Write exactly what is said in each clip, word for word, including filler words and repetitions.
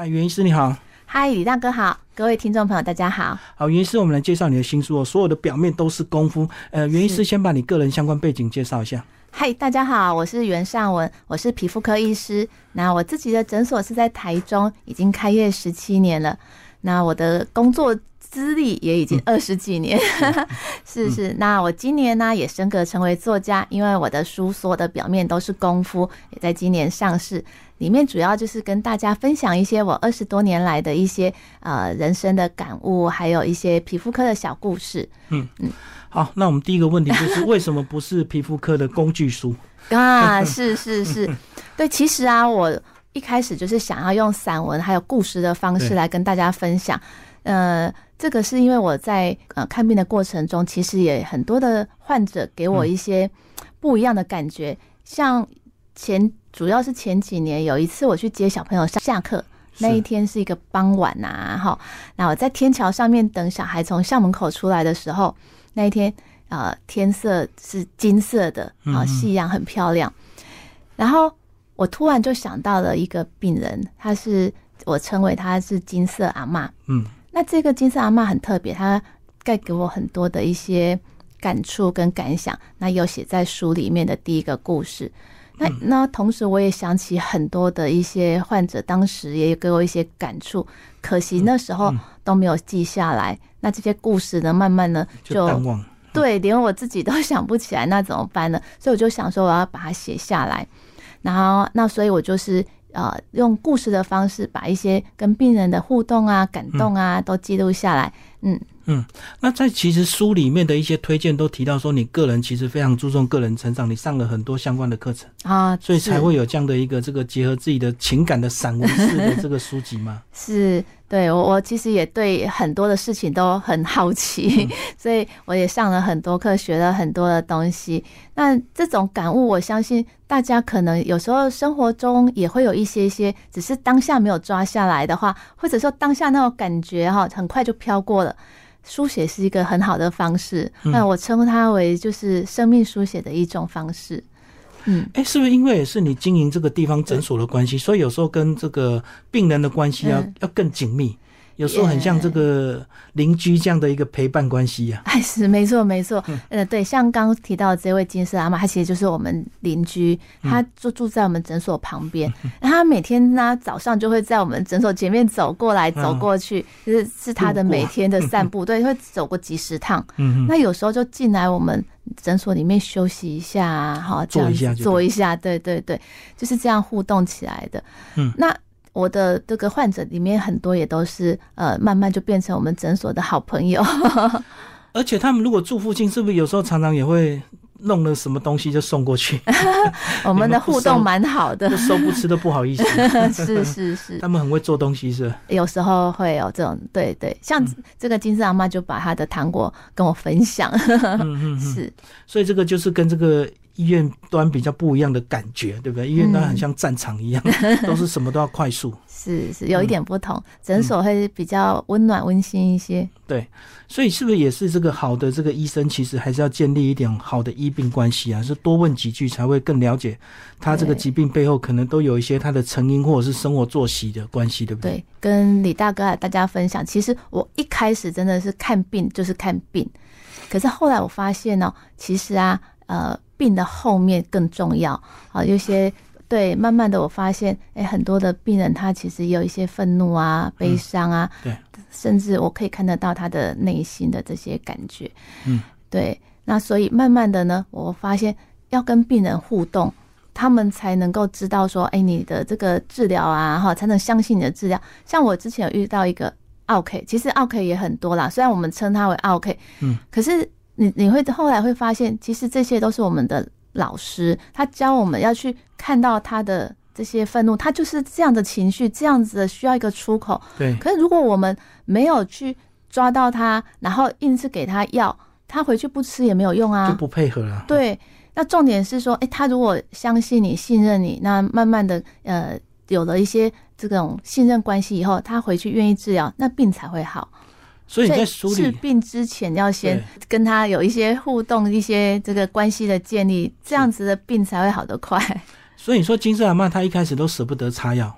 啊，袁医师你好。 嗨，李大哥好，各位听众朋友大家好。 好，袁医师，我们来介绍你的新书哦，所有的表面都是功夫。呃，袁医师先把你个人相关背景介绍一下。 嗨，大家好，我是袁尚文，我是皮肤科医师。那我自己的诊所是在台中，已经开业十七年了。那我的工作资历也已经二十几年，嗯、是是。那我今年呢也升格成为作家，因为我的书所有的表面都是功夫，也在今年上市。里面主要就是跟大家分享一些我二十多年来的一些呃人生的感悟，还有一些皮肤科的小故事。嗯嗯，好，那我们第一个问题就是为什么不是皮肤科的工具书啊？是是是，对，其实啊，我一开始就是想要用散文还有故事的方式来跟大家分享。呃，这个是因为我在呃看病的过程中，其实也很多的患者给我一些不一样的感觉，嗯、像前。主要是前几年有一次我去接小朋友上下课，那一天是一个傍晚啊，哈，那我在天桥上面等小孩从校门口出来的时候，那一天呃天色是金色的啊，夕阳很漂亮。然后我突然就想到了一个病人，他是我称为他是金色阿嬷。嗯，那这个金色阿嬷很特别，他带给我很多的一些感触跟感想，那有写在书里面的第一个故事。那那同时我也想起很多的一些患者当时也给我一些感触，可惜那时候都没有记下来。嗯、那这些故事呢慢慢呢 就, 就淡忘， 对，连我自己都想不起来，那怎么办呢？所以我就想说我要把它写下来，然后那所以我就是呃用故事的方式把一些跟病人的互动啊感动啊、嗯、都记录下来。嗯嗯，那在其实书里面的一些推荐都提到说，你个人其实非常注重个人成长，你上了很多相关的课程啊，所以才会有这样的一个这个结合自己的情感的散文式的这个书籍吗？ 是，对，我我其实也对很多的事情都很好奇，嗯、所以我也上了很多课，学了很多的东西。那这种感悟，我相信大家可能有时候生活中也会有一些些，只是当下没有抓下来的话，或者说当下那种感觉哈，很快就飘过了。书写是一个很好的方式，那、嗯、我称它为就是生命书写的一种方式。 嗯，哎、欸，是不是因为也是你经营这个地方诊所的关系，所以有时候跟这个病人的关系要、嗯、要更紧密？有时候很像这个邻居这样的一个陪伴关系啊。 哎，是没错没错。嗯、呃，对，像刚刚提到的这位金色阿嬷，她其实就是我们邻居，她就住在我们诊所旁边。嗯、然后她每天呢早上就会在我们诊所前面走过来走过去，嗯、就是是她的每天的散步，对，会走过几十趟。嗯，那有时候就进来我们诊所里面休息一下啊，好，这样子坐一下，对对对，就是这样互动起来的。嗯，那。我的这个患者里面很多也都是呃，慢慢就变成我们诊所的好朋友。 而且他们如果住附近，是不是有时候常常也会弄了什么东西就送过去？ 我们的互动蛮好的， 不收不吃都不好意思。 是是是， 他们很会做东西是吧？ 有时候会有这种，对对，像这个金色阿嬷就把她的糖果跟我分享。嗯嗯嗯是， 所以这个就是跟这个医院端比较不一样的感觉，对不对？医院端很像战场一样，嗯、都是什么都要快速。 是是，有一点不同，诊、嗯、所会比较温暖温馨一些。 对，所以是不是也是这个好的这个医生，其实还是要建立一点好的医病关系啊？是多问几句才会更了解他这个疾病背后可能都有一些他的成因或者是生活作息的关系，对不对？ 对，跟李大哥大家分享，其实我一开始真的是看病就是看病，可是后来我发现呢、哦，其实啊，呃，病的后面更重要啊，有些。对，慢慢的我发现，哎，很多的病人他其实也有一些愤怒啊、悲伤啊，嗯、对，甚至我可以看得到他的内心的这些感觉。嗯，对，那所以慢慢的呢，我发现要跟病人互动，他们才能够知道说，哎，你的这个治疗啊，哈，才能相信你的治疗。像我之前有遇到一个 O K， 其实 O K 也很多啦，虽然我们称它为 O K， 嗯，可是你你会后来会发现，其实这些都是我们的老师，他教我们要去看到他的这些愤怒，他就是这样的情绪，这样子的需要一个出口。 对。 可是如果我们没有去抓到他，然后硬是给他药，他回去不吃也没有用啊， 就不配合了。 对。那重点是说，哎、欸，他如果相信你、信任你，那慢慢的，呃，有了一些这种信任关系以后，他回去愿意治疗，那病才会好。 所以你在书里治病之前要先跟他有一些互动，一些这个关系的建立，这样子的病才会好得快。 所以你说金色阿嬷她一开始都舍不得擦药，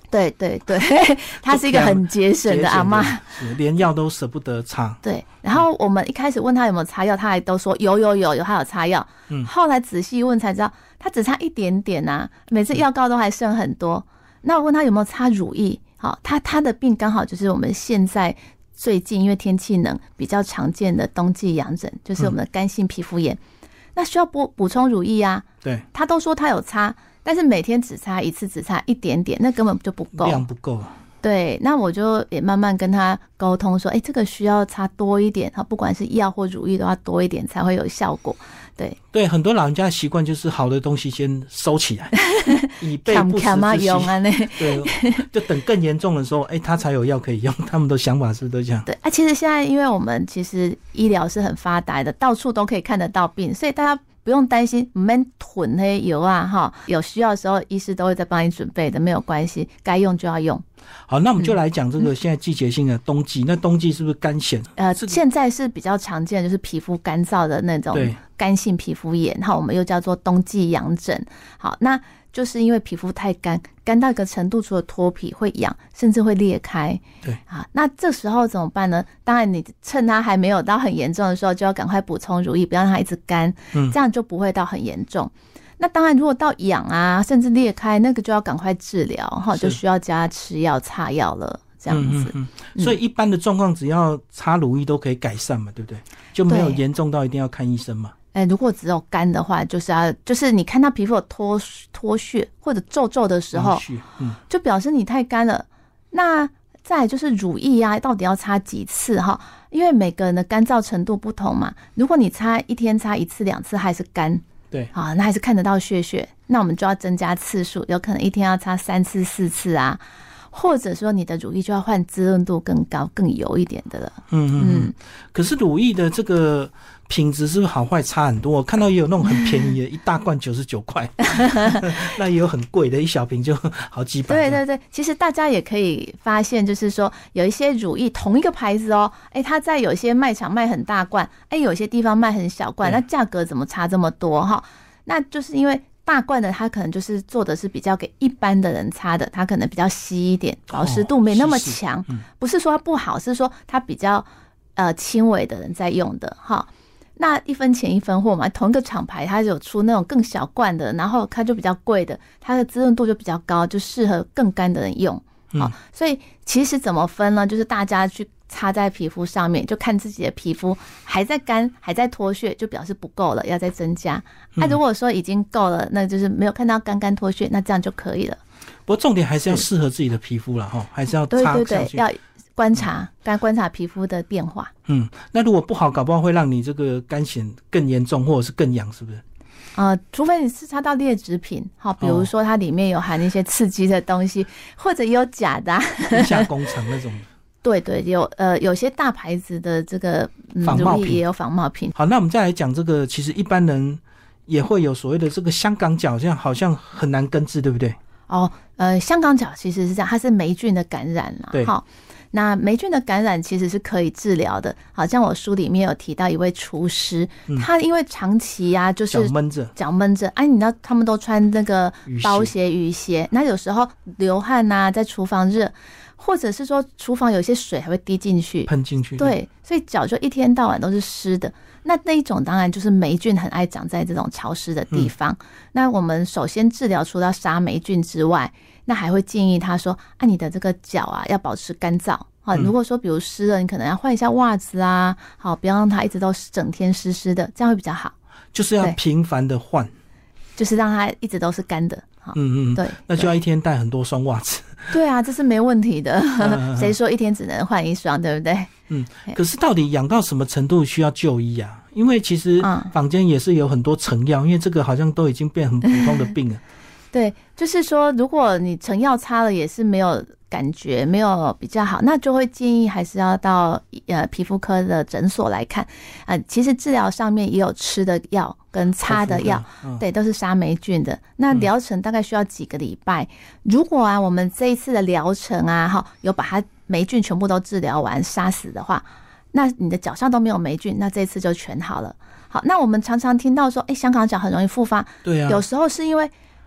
对对对，她是一个很节省的阿嬷， 连药都舍不得擦。 对，然后我们一开始问她有没有擦药，她还都说有有有有，她有擦药。嗯，后来仔细问才知道，她只擦一点点啊，每次药膏都还剩很多。那我问她有没有擦乳液，好，她她的病刚好就是我们现在最近因为天气冷比较常见的冬季痒疹，就是我们的干性皮肤炎。嗯，那需要补补充乳液啊， 对， 他都说他有擦，但是每天只擦一次，只擦一点点，那根本就不够， 量不够。 对，那我就也慢慢跟他沟通说，哎、欸，这个需要擦多一点，不管是药或乳液都要多一点才会有效果。对对， 很多老人家的习惯就是好的东西先收起来，以备不时之需。对，就等更严重的时候，哎、欸，他才有药可以用。他们的想法是不是都这样？ 对啊，其实现在因为我们其实医疗是很发达的，到处都可以看得到病，所以大家不用担心，不免囤那些油啊，哈，有需要的时候，医师都会再帮你准备的，没有关系，该用就要用。 好，那我们就来讲这个现在季节性的冬季，嗯、那冬季是不是干癣？ 呃，现在是比较常见的就是皮肤干燥的那种干性皮肤炎，好，我们又叫做冬季痒疹。好，那就是因为皮肤太干，干到一个程度，除了脱皮会痒，甚至会裂开。 对啊，那这时候怎么办呢？当然，你趁它还没有到很严重的时候，就要赶快补充乳液，不要让它一直干，嗯，这样就不会到很严重。那当然，如果到痒啊，甚至裂开，那个就要赶快治疗哈，就需要加吃药、擦药了，这样子。嗯嗯嗯，所以一般的状况，只要擦乳液都可以改善嘛，对不对？就没有严重到一定要看医生嘛。 哎、欸，如果只有干的话，就是要就是你看到皮肤有脱脱屑或者皱皱的时候，嗯，就表示你太干了。那再来就是乳液啊，到底要擦几次哈？因为每个人的干燥程度不同嘛。如果你擦一天擦一次两次还是干。 对， 好，那还是看得到屑屑，那我们就要增加次数，有可能一天要擦三次、四次啊，或者说你的乳液就要换滋润度更高、更油一点的了。 嗯嗯嗯。可是乳液的这个品质是不是好坏差很多？我看到也有那种很便宜的，一大罐九十九块，那也有很贵的，一小瓶就好几百。 对对对，其实大家也可以发现，就是说有一些乳液同一个牌子哦，哎，它在有些卖场卖很大罐，哎，有些地方卖很小罐，那价格怎么差这么多哈？那就是因为大罐的它可能就是做的是比较给一般的人擦的，它可能比较稀一点，保湿度没那么强。哦是是嗯、不是说它不好，是说它比较呃轻微的人在用的哈。那一分钱一分货嘛，同一个厂牌它有出那种更小罐的，然后它就比较贵的，它的滋润度就比较高，就适合更干的人用。好、嗯，所以其实怎么分呢？就是大家去擦在皮肤上面，就看自己的皮肤还在干还在脱屑，就表示不够了，要再增加。那、嗯啊、如果说已经够了，那就是没有看到干干脱屑，那这样就可以了。 不过重点还是要适合自己的皮肤啦，哈，还是要擦上去。对对对， 要观察，该观察皮肤的变化。 嗯，那如果不好，搞不好会让你这个干癣更严重，或者是更痒，是不是？ 呃，除非你是擦到劣质品，好，比如说它里面有含一些刺激的东西，哦、或者也有假的、啊， 地下工程那种。 对对，有呃有些大牌子的这个、嗯、 仿冒品也有仿冒品。 好，那我们再来讲这个，其实一般人也会有所谓的这个香港脚，这样好像很难根治，对不对？ 哦，呃，香港脚其实是这样，它是霉菌的感染啦。 对， 好。那霉菌的感染其实是可以治疗的，好像我书里面有提到一位厨师，嗯、他因为长期啊就是脚闷着， 脚闷着，哎，你知道他们都穿那个包鞋、雨鞋，那有时候流汗啊，在厨房热，或者是说厨房有些水还会滴进去、 喷进去， 对，所以脚就一天到晚都是湿的。那那一种当然就是霉菌很爱长在这种潮湿的地方。嗯、那我们首先治疗除了杀霉菌之外，那还会建议他说，啊，你的这个脚啊要保持干燥。好，如果说比如湿了，你可能要换一下袜子啊，好，不要让它一直都整天湿湿的，这样会比较好。 就是要频繁的换， 就是让它一直都是干的。 嗯嗯，对，那就要一天带很多双袜子。 对啊，这是没问题的。谁说一天只能换一双，对不对？ 嗯，可是到底痒到什么程度需要就医啊？因为其实坊间也是有很多成药，因为这个好像都已经变很普通的病了。 对，就是说，如果你成药擦了也是没有感觉，没有比较好，那就会建议还是要到呃皮肤科的诊所来看。呃，其实治疗上面也有吃的药跟擦的药，嗯、对，都是杀霉菌的。那疗程大概需要几个礼拜。如果啊，我们这一次的疗程啊，哈，有把它霉菌全部都治疗完、杀死的话，那你的脚上都没有霉菌，那这一次就全好了。好，那我们常常听到说，哎，香港脚很容易复发， 对啊， 有时候是因为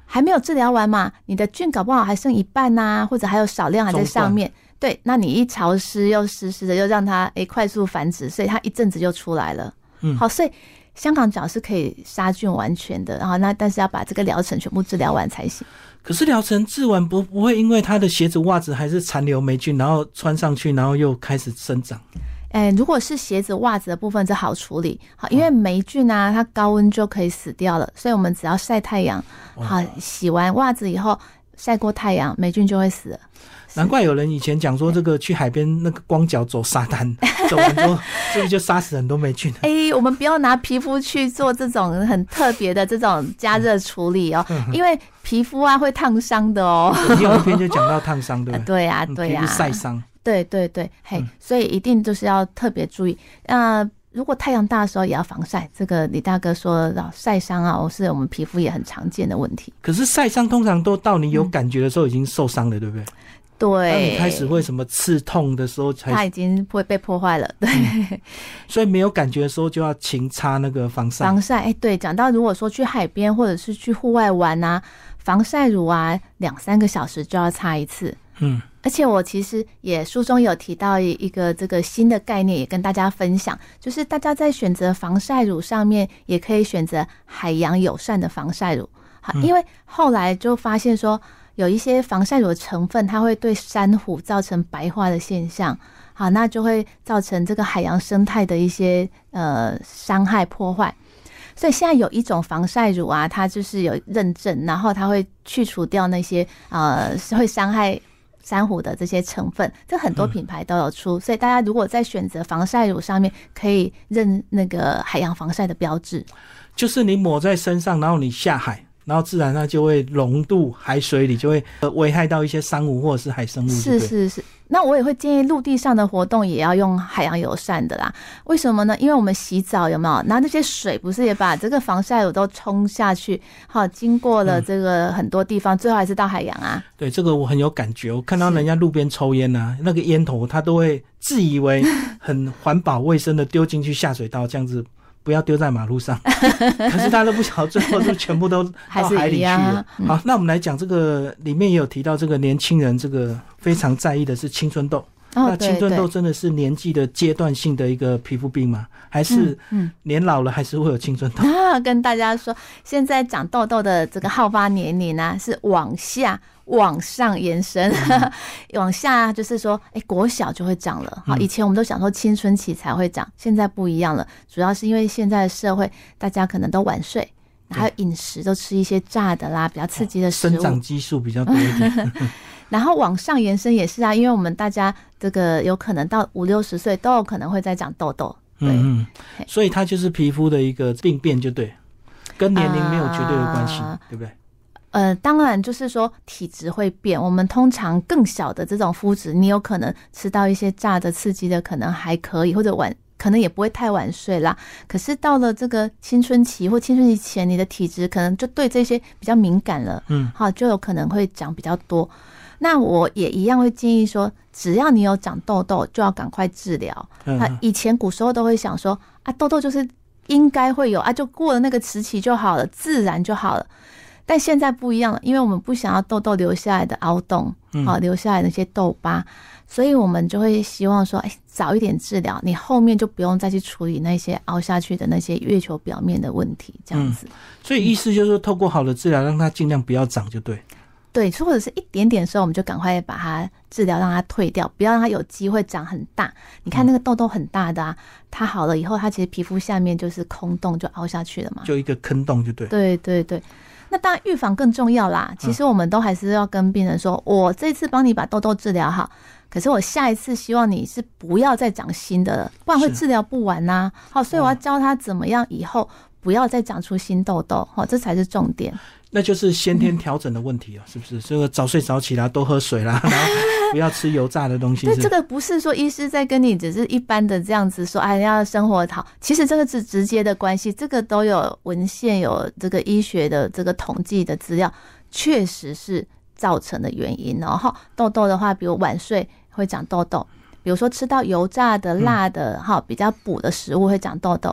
还没有治疗完嘛，你的菌搞不好还剩一半啊，或者还有少量还在上面。对，那你一潮湿又湿湿的，又让它诶快速繁殖，所以它一阵子就出来了。嗯，好，所以香港脚是可以杀菌完全的，然后那但是要把这个疗程全部治疗完才行。 可是疗程治完不不会因为他的鞋子袜子还是残留霉菌，然后穿上去然后又开始生长？ 哎，如果是鞋子袜子的部分，这好处理，好，因为霉菌啊，它高温就可以死掉了，所以我们只要晒太阳，好，洗完袜子以后晒过太阳，霉菌就会死了。 难怪有人以前讲说，这个去海边那个光脚走沙滩，走完之后是不是就杀死很多霉菌？ 哎、欸，我们不要拿皮肤去做这种很特别的这种加热处理哦，嗯、因为皮肤啊会烫伤的哦。 你有一篇就讲到烫伤，对吧？ 对呀、啊，对呀、啊， 皮肤晒伤。 对对对，嘿，嗯、所以一定就是要特别注意。那、呃、如果太阳大的时候也要防晒，这个李大哥说晒伤啊，是我们皮肤也很常见的问题。 可是晒伤通常都到你有感觉的时候已经受伤了，嗯、对不对？ 对， 当你开始会什么刺痛的时候才， 它已经会被破坏了。对、嗯， 所以没有感觉的时候就要勤擦那个防晒。 防晒，哎，对，讲到如果说去海边或者是去户外玩啊，防晒乳啊，两三个小时就要擦一次。嗯，而且我其实也书中有提到一个这个新的概念，也跟大家分享，就是大家在选择防晒乳上面，也可以选择海洋友善的防晒乳。好，因为后来就发现说，有一些防晒乳的成分，它会对珊瑚造成白化的现象，好，那就会造成这个海洋生态的一些呃伤害破坏。所以现在有一种防晒乳啊，它就是有认证，然后它会去除掉那些呃会伤害珊瑚的这些成分，这很多品牌都有出，嗯、所以大家如果在选择防晒乳上面，可以认那个海洋防晒的标志， 就是你抹在身上，然后你下海。然后自然它就会溶入海水里，就会危害到一些珊瑚或者是海生物。 是是是，那我也会建议陆地上的活动也要用海洋友善的啦。为什么呢？因为我们洗澡有没有？然后那些水不是也把这个防晒乳都冲下去，好，经过了这个很多地方，嗯、最后还是到海洋啊。 对，这个我很有感觉。我看到人家路边抽烟啊，那个烟头他都会自以为很环保卫生的丢进去下水道，这样子。不要丢在马路上，可是大家都不晓得，最后就全部都到海里去了。嗯、好，那我们来讲这个，里面也有提到这个年轻人这个非常在意的是青春痘。哦、那青春痘真的是年纪的阶段性的一个皮肤病吗？还是年老了还是会有青春痘？ 啊，跟大家说，现在长痘痘的这个好发年龄呢、啊、是往下往上延伸，嗯、往下就是说，哎，国小就会长了。好，以前我们都想说青春期才会长，现在不一样了，主要是因为现在的社会大家可能都晚睡。还有饮食都吃一些炸的啦，比较刺激的食物， 生长激素比较多一点。 然后往上延伸也是啊，因为我们大家这个有可能到五六十岁都有可能会再长痘痘。对， 嗯，所以它就是皮肤的一个病变，就对，跟年龄没有绝对的关系，呃、对不对？ 呃，当然就是说体质会变，我们通常更小的这种肤质，你有可能吃到一些炸的、刺激的，可能还可以，或者晚。可能也不会太晚睡啦，可是到了这个青春期或青春期前，你的体质可能就对这些比较敏感了，嗯，好，就有可能会长比较多。那我也一样会建议说，只要你有长痘痘，就要赶快治疗。嗯、啊，以前古时候都会想说啊，痘痘就是应该会有啊，就过了那个时期就好了，自然就好了。但现在不一样了，因为我们不想要痘痘留下来的凹洞，好、嗯、留下来的那些痘疤。所以我们就会希望说，哎，早一点治疗，你后面就不用再去处理那些凹下去的那些月球表面的问题，这样子。嗯、 所以意思就是说，透过好的治疗，让它尽量不要长，就对。 对，或者是一点点的时候，我们就赶快把它治疗，让它退掉，不要让它有机会长很大。你看那个痘痘很大的啊，它好了以后，它其实皮肤下面就是空洞，就凹下去了嘛， 就一个坑洞，就对。 对对对。那当然预防更重要啦，其实我们都还是要跟病人说，我这次帮你把痘痘治疗好，可是我下一次希望你是不要再长新的了，不然会治疗不完啊。好，所以我要教他怎么样以后不要再长出新痘痘，好，这才是重点。 那就是先天调整的问题了，是不是？这个早睡早起啦，多喝水啦，然后不要吃油炸的东西。 对，这个不是说医师在跟你只是一般的这样子说，哎，要生活好。其实这个是直接的关系，这个都有文献，有这个医学的这个统计的资料，确实是造成的原因。然后痘痘的话，比如晚睡会长痘痘，比如说吃到油炸的、辣的，哈、嗯，比较补的食物会长痘痘。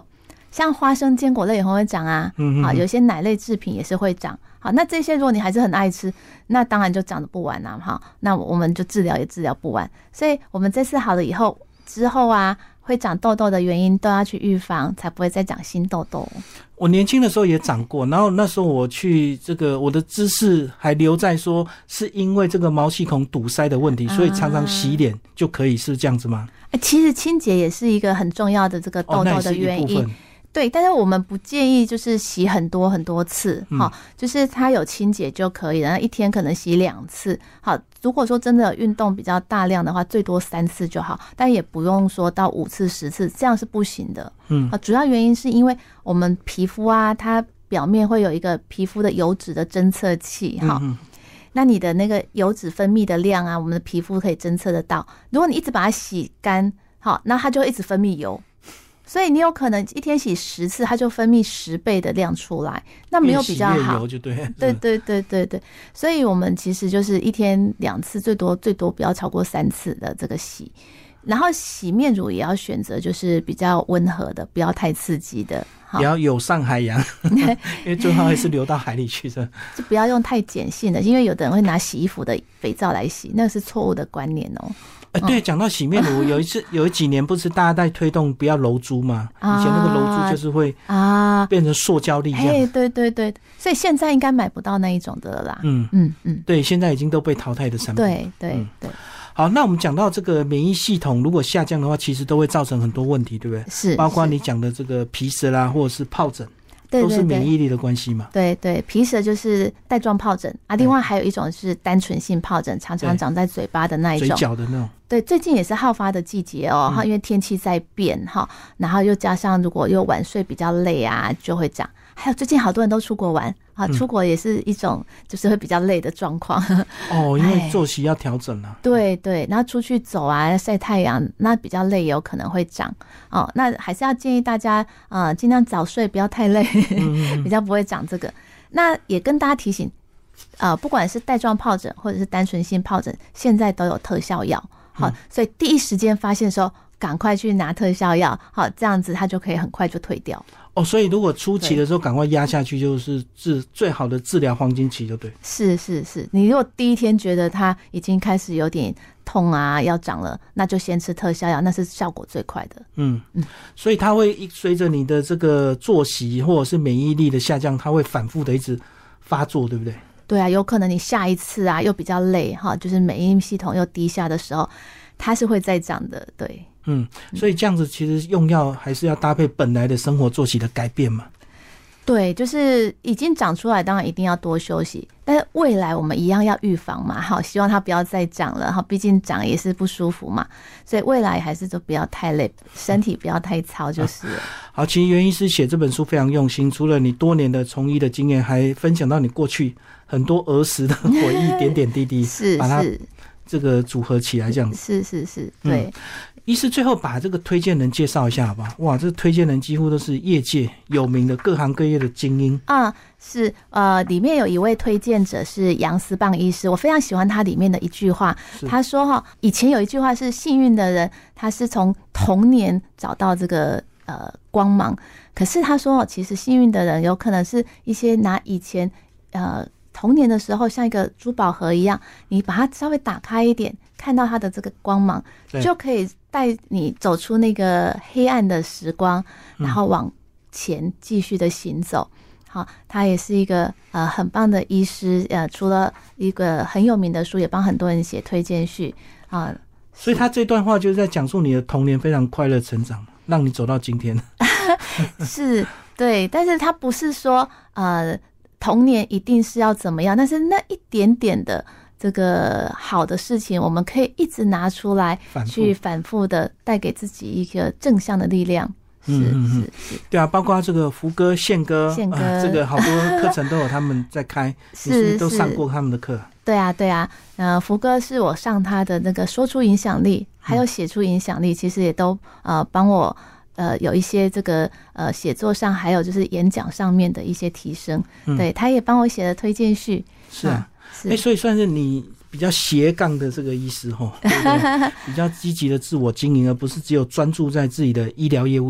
像花生、坚果类也很会长啊， 嗯好，有些奶类制品也是会长。好，那这些如果你还是很爱吃，那当然就长得不完啊，哈，那我们就治疗也治疗不完。所以我们这次好了以后之后啊，会长痘痘的原因都要去预防，才不会再长新痘痘。 我年轻的时候也长过，然后那时候我去这个我的知识还留在说是因为这个毛细孔堵塞的问题，所以常常洗脸就可以，是这样子吗？ 欸、其实清洁也是一个很重要的这个痘痘的原因。哦，对，但是我们不建议就是洗很多很多次，好、嗯，就是它有清洁就可以了，一天可能洗两次。好，如果说真的有运动比较大量的话，最多三次就好，但也不用说到五次、十次，这样是不行的。嗯，主要原因是因为我们皮肤啊，它表面会有一个皮肤的油脂的侦测器，哈、嗯。那你的那个油脂分泌的量啊，我们的皮肤可以侦测得到。如果你一直把它洗干，好，那它就会一直分泌油。所以你有可能一天洗十次，它就分泌十倍的量出来，那没有比较好。 越洗越油就对。 对对对对对，所以我们其实就是一天两次，最多最多不要超过三次的这个洗。然后洗面乳也要选择就是比较温和的，不要太刺激的， 也要友善海洋，因为最好还是流到海里去的。 就不要用太碱性的，因为有的人会拿洗衣服的肥皂来洗，那是错误的观念哦。 哎、欸，对，讲到洗面乳，有一次有几年不是大家在推动不要柔珠吗？以前那个柔珠就是会啊变成塑胶粒这样。 哎，对对对，所以现在应该买不到那一种的了啦。 嗯嗯嗯，对，现在已经都被淘汰的产品。 对对、嗯、对。 好，那我们讲到这个免疫系统如果下降的话，其实都会造成很多问题，对不对？ 是， 包括你讲的这个皮疹啦，或者是疱疹。对对对，都是免疫力的关系嘛？ 对对，皮疹就是带状疱疹啊，另外还有一种是单纯性疱疹，常常长在嘴巴的那一种， 嘴角的那种。 对，最近也是好发的季节哦，嗯、因为天气在变哈，然后又加上如果又晚睡比较累啊，就会长。还有最近好多人都出国玩啊，出国也是一种就是会比较累的状况。 哦，因为作息要调整了。 对对，然后出去走啊，晒太阳，那比较累，有可能会长哦。那还是要建议大家呃尽量早睡，不要太累，嗯、比较不会长这个。那也跟大家提醒，呃，不管是带状疱疹或者是单纯性疱疹，现在都有特效药。好、嗯，所以第一时间发现的时候，赶快去拿特效药，好，这样子它就可以很快就退掉。 哦，所以如果初期的时候赶快压下去，就是治最好的治疗黄金期，就对。 是是是，你如果第一天觉得它已经开始有点痛啊，要长了，那就先吃特效药，那是效果最快的。 嗯嗯，所以它会随着你的这个作息或者是免疫力的下降，它会反复的一直发作，对不对？ 对啊，有可能你下一次啊又比较累哈，就是免疫系统又低下的时候，它是会再长的，对。 嗯，所以这样子其实用药还是要搭配本来的生活作息的改变嘛。 对，就是已经长出来，当然一定要多休息，但是未来我们一样要预防嘛，好，希望它不要再长了，好，毕竟长也是不舒服嘛，所以未来还是都不要太累，身体不要太操就是了。 好，其实袁医师写这本书非常用心，除了你多年的从医的经验，还分享到你过去很多儿时的回忆点点滴滴， 是把它这个组合起来这样子。 是是是，对。嗯， 医师最后把这个推荐人介绍一下好不好？哇，这推荐人几乎都是业界有名的各行各业的精英啊。是呃，里面有一位推荐者是杨思棒医师，我非常喜欢他里面的一句话。他说哈，以前有一句话是幸运的人，他是从童年找到这个呃光芒。可是他说，其实幸运的人有可能是一些拿以前呃童年的时候像一个珠宝盒一样，你把它稍微打开一点，看到它的这个光芒，就可以带你走出那个黑暗的时光，然后往前继续的行走。好，他也是一个呃很棒的医师，呃，除了一个很有名的书，也帮很多人写推荐序啊。 所以他这段话就是在讲述你的童年非常快乐成长，让你走到今天。 是，对，但是他不是说呃童年一定是要怎么样，但是那一点点的这个好的事情，我们可以一直拿出来，去反复的带给自己一个正向的力量。是是是， 对啊，包括这个福哥、宪哥， 宪哥、 呃，这个好多课程都有他们在开， 是你是不是都上过他们的课？ 对啊，对啊，呃，福哥是我上他的那个说出影响力，还有写出影响力，嗯、其实也都呃帮我呃有一些这个呃写作上，还有就是演讲上面的一些提升。嗯、对，他也帮我写了推荐序。 是啊，哎、嗯欸，所以算是你比较斜杠的这个医师哈，对不对？比较积极的自我经营，而不是只有专注在自己的医疗业务上。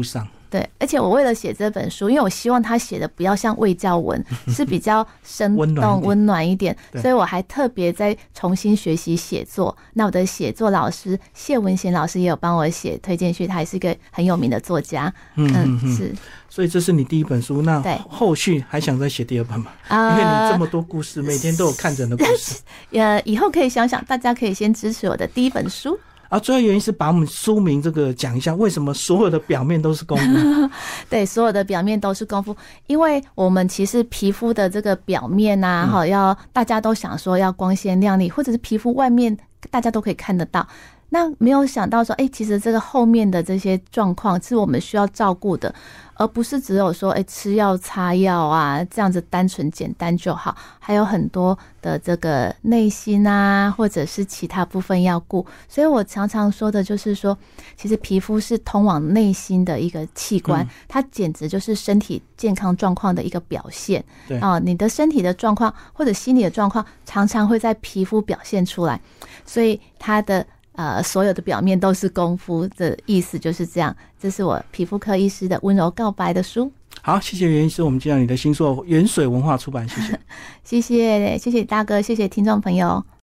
对，而且我为了写这本书，因为我希望他写的不要像卫教文，是比较生动温暖一点，所以我还特别在重新学习写作。那我的写作老师谢文贤老师也有帮我写推荐序，他也是一个很有名的作家。嗯嗯嗯，是。 所以这是你第一本书，那后续还想再写第二本吗？因为你这么多故事，每天都有看诊的故事。 呃，以后可以想想，大家可以先支持我的第一本书。 啊，主要原因是把我们书名这个讲一下，为什么所有的表面都是功夫？对， 所有的表面都是功夫，因为我们其实皮肤的这个表面啊，哈、嗯，要大家都想说要光鲜亮丽，或者是皮肤外面大家都可以看得到。那没有想到说，哎、欸，其实这个后面的这些状况是我们需要照顾的，而不是只有说，哎、欸，吃药擦药啊，这样子单纯简单就好，还有很多的这个内心啊，或者是其他部分要顾。所以我常常说的就是说，其实皮肤是通往内心的一个器官，嗯、它简直就是身体健康状况的一个表现。对啊、呃，你的身体的状况或者心理的状况，常常会在皮肤表现出来，所以它的。呃，所有的表面都是功夫的意思就是这样。这是我皮肤科医师的温柔告白的书。 好，谢谢袁医师，我们介绍你的新书，元水文化出版，谢谢， 谢谢，谢谢大哥，谢谢听众朋友。